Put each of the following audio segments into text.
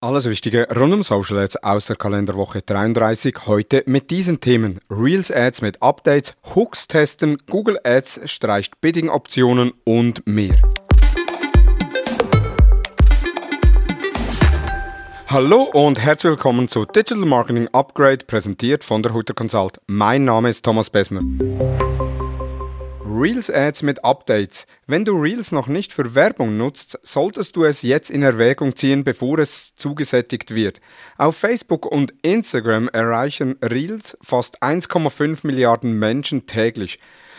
Alles Wichtige rund um Social Ads aus der Kalenderwoche 33. Heute mit diesen Themen: Reels Ads mit Updates, Hooks testen, Google Ads streicht Bidding-Optionen und mehr. Hallo und herzlich willkommen zu Digital Marketing Upgrade, präsentiert von der Hutter Consult. Mein Name ist Thomas Besmer. Reels Ads mit Updates. Wenn du Reels noch nicht für Werbung nutzt, solltest du es jetzt in Erwägung ziehen, bevor es zugesättigt wird. Auf Facebook und Instagram erreichen Reels fast 1,5 Milliarden Menschen täglich.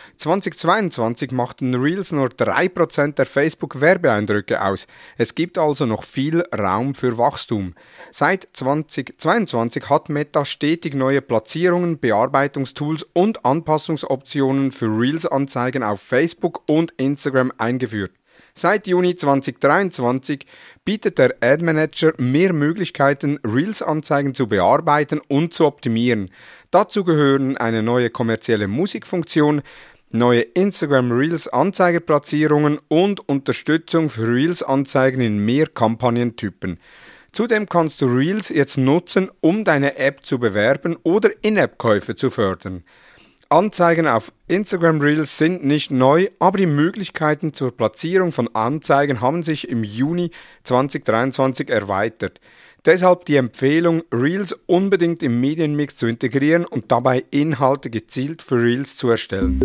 2022 machten Reels nur 3% der Facebook-Werbeeindrücke aus. Es gibt also noch viel Raum für Wachstum. Seit 2022 hat Meta stetig neue Platzierungen, Bearbeitungstools und Anpassungsoptionen für Reels-Anzeigen auf Facebook und Instagram eingeführt. Seit Juni 2023 bietet der Ad Manager mehr Möglichkeiten, Reels-Anzeigen zu bearbeiten und zu optimieren. Dazu gehören eine neue kommerzielle Musikfunktion, neue Instagram Reels Anzeigeplatzierungen und Unterstützung für Reels Anzeigen in mehr Kampagnentypen. Zudem kannst du Reels jetzt nutzen, um deine App zu bewerben oder In-App-Käufe zu fördern. Anzeigen auf Instagram Reels sind nicht neu, aber die Möglichkeiten zur Platzierung von Anzeigen haben sich im Juni 2023 erweitert. Deshalb die Empfehlung, Reels unbedingt im Medienmix zu integrieren und dabei Inhalte gezielt für Reels zu erstellen.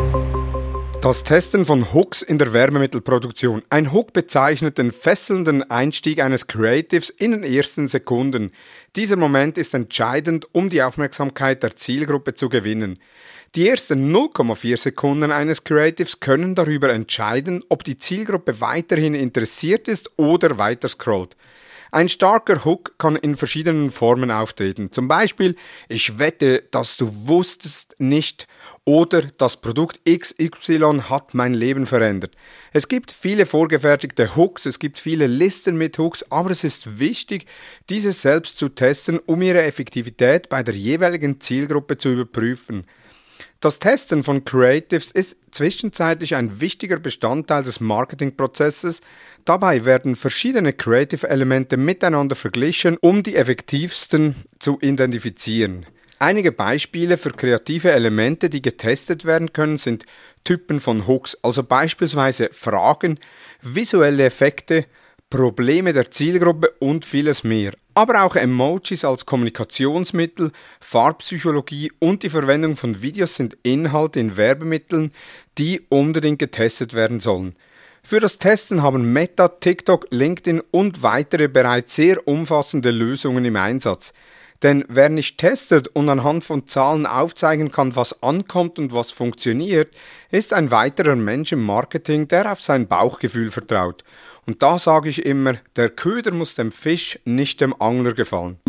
Das Testen von Hooks in der Werbemittelproduktion. Ein Hook bezeichnet den fesselnden Einstieg eines Creatives in den ersten Sekunden. Dieser Moment ist entscheidend, um die Aufmerksamkeit der Zielgruppe zu gewinnen. Die ersten 0,4 Sekunden eines Creatives können darüber entscheiden, ob die Zielgruppe weiterhin interessiert ist oder weiter scrollt. Ein starker Hook kann in verschiedenen Formen auftreten. Zum Beispiel: Ich wette, dass du wusstest nicht, oder das Produkt XY hat mein Leben verändert. Es gibt viele vorgefertigte Hooks, es gibt viele Listen mit Hooks, aber es ist wichtig, diese selbst zu testen, um ihre Effektivität bei der jeweiligen Zielgruppe zu überprüfen. Das Testen von Creatives ist zwischenzeitlich ein wichtiger Bestandteil des Marketingprozesses. Dabei werden verschiedene Creative-Elemente miteinander verglichen, um die effektivsten zu identifizieren. Einige Beispiele für kreative Elemente, die getestet werden können, sind Typen von Hooks, also beispielsweise Fragen, visuelle Effekte, Probleme der Zielgruppe und vieles mehr. Aber auch Emojis als Kommunikationsmittel, Farbpsychologie und die Verwendung von Videos sind Inhalte in Werbemitteln, die unbedingt getestet werden sollen. Für das Testen haben Meta, TikTok, LinkedIn und weitere bereits sehr umfassende Lösungen im Einsatz. Denn wer nicht testet und anhand von Zahlen aufzeigen kann, was ankommt und was funktioniert, ist ein weiterer Mensch im Marketing, der auf sein Bauchgefühl vertraut. Und da sage ich immer, der Köder muss dem Fisch, nicht dem Angler gefallen.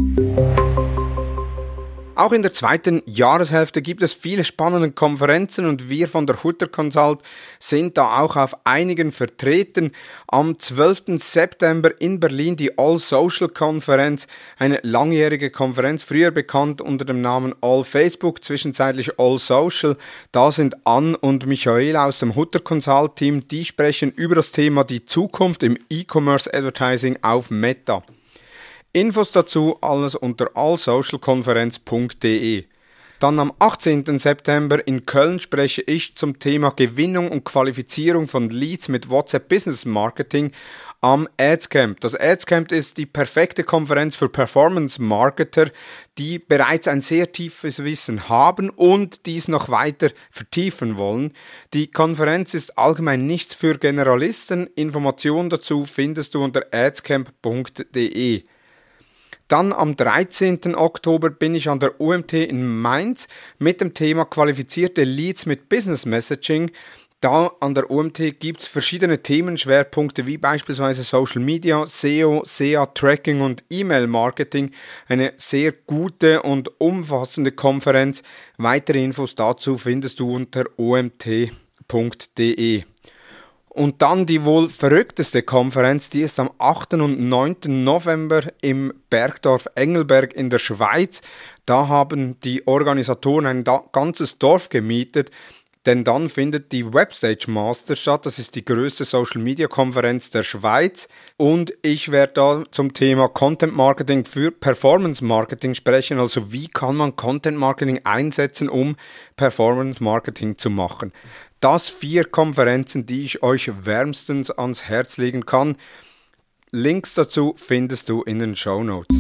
Auch in der zweiten Jahreshälfte gibt es viele spannende Konferenzen und wir von der Hutter Consult sind da auch auf einigen vertreten. Am 12. September in Berlin die All Social Konferenz, eine langjährige Konferenz, früher bekannt unter dem Namen All Facebook, zwischenzeitlich All Social. Da sind Ann und Michael aus dem Hutter Consult Team, die sprechen über das Thema die Zukunft im E-Commerce Advertising auf Meta. Infos dazu alles unter allsocialkonferenz.de. Dann am 18. September in Köln spreche ich zum Thema Gewinnung und Qualifizierung von Leads mit WhatsApp Business Marketing am Adscamp. Das Adscamp ist die perfekte Konferenz für Performance-Marketer, die bereits ein sehr tiefes Wissen haben und dies noch weiter vertiefen wollen. Die Konferenz ist allgemein nichts für Generalisten. Informationen dazu findest du unter adscamp.de. Dann am 13. Oktober bin ich an der UMT in Mainz mit dem Thema qualifizierte Leads mit Business Messaging. Da an der UMT gibt es verschiedene Themenschwerpunkte wie beispielsweise Social Media, SEO, SEA, Tracking und E-Mail-Marketing. Eine sehr gute und umfassende Konferenz. Weitere Infos dazu findest du unter omt.de. Und dann die wohl verrückteste Konferenz, die ist am 8. und 9. November im Bergdorf Engelberg in der Schweiz. Da haben die Organisatoren ein ganzes Dorf gemietet, denn dann findet die Webstage Master statt. Das ist die größte Social Media Konferenz der Schweiz und ich werde da zum Thema Content Marketing für Performance Marketing sprechen. Also wie kann man Content Marketing einsetzen, um Performance Marketing zu machen. Das 4 Konferenzen, die ich euch wärmstens ans Herz legen kann. Links dazu findest du in den Shownotes.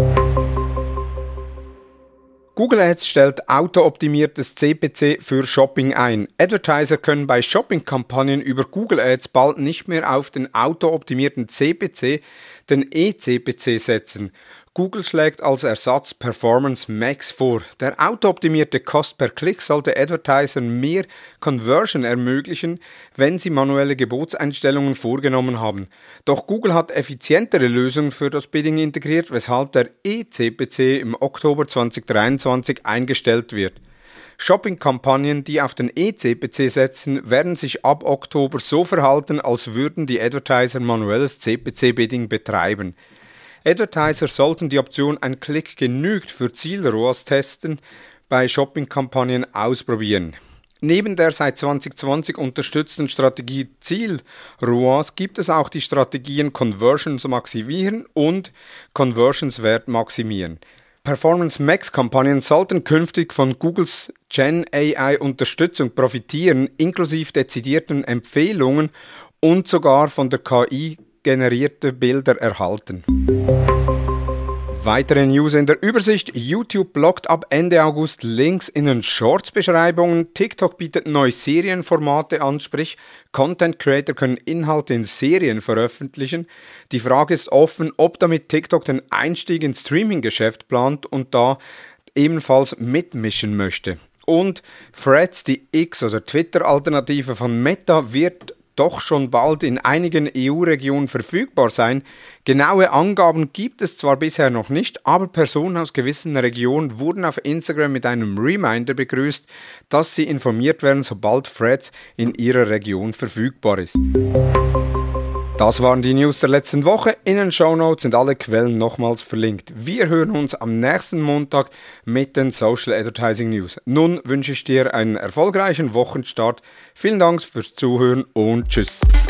Google Ads stellt autooptimiertes CPC für Shopping ein. Advertiser können bei Shopping-Kampagnen über Google Ads bald nicht mehr auf den autooptimierten CPC, den eCPC setzen. Google schlägt als Ersatz Performance Max vor. Der autooptimierte Cost per Klick sollte Advertisern mehr Conversion ermöglichen, wenn sie manuelle Gebotseinstellungen vorgenommen haben. Doch Google hat effizientere Lösungen für das Bidding integriert, weshalb der eCPC im Oktober 2023 eingestellt wird. Shopping-Kampagnen, die auf den eCPC setzen, werden sich ab Oktober so verhalten, als würden die Advertiser manuelles CPC-Bidding betreiben. Advertiser sollten die Option "Ein Klick genügt" für Ziel-ROAS testen, bei Shopping-Kampagnen ausprobieren. Neben der seit 2020 unterstützten Strategie Ziel-ROAS gibt es auch die Strategien Conversions maximieren und Conversionswert maximieren. Performance Max Kampagnen sollten künftig von Googles Gen AI Unterstützung profitieren, inklusive dezidierten Empfehlungen und sogar von der KI generierte Bilder erhalten. Weitere News in der Übersicht. YouTube blockt ab Ende August Links in den Shorts-Beschreibungen. TikTok bietet neue Serienformate an, sprich Content Creator können Inhalte in Serien veröffentlichen. Die Frage ist offen, ob damit TikTok den Einstieg ins Streaming-Geschäft plant und da ebenfalls mitmischen möchte. Und Threads, die X- oder Twitter-Alternative von Meta, wird doch schon bald in einigen EU-Regionen verfügbar sein. Genaue Angaben gibt es zwar bisher noch nicht, aber Personen aus gewissen Regionen wurden auf Instagram mit einem Reminder begrüßt, dass sie informiert werden, sobald Threads in ihrer Region verfügbar ist. Das waren die News der letzten Woche. In den Shownotes sind alle Quellen nochmals verlinkt. Wir hören uns am nächsten Montag mit den Social Advertising News. Nun wünsche ich dir einen erfolgreichen Wochenstart. Vielen Dank fürs Zuhören und tschüss.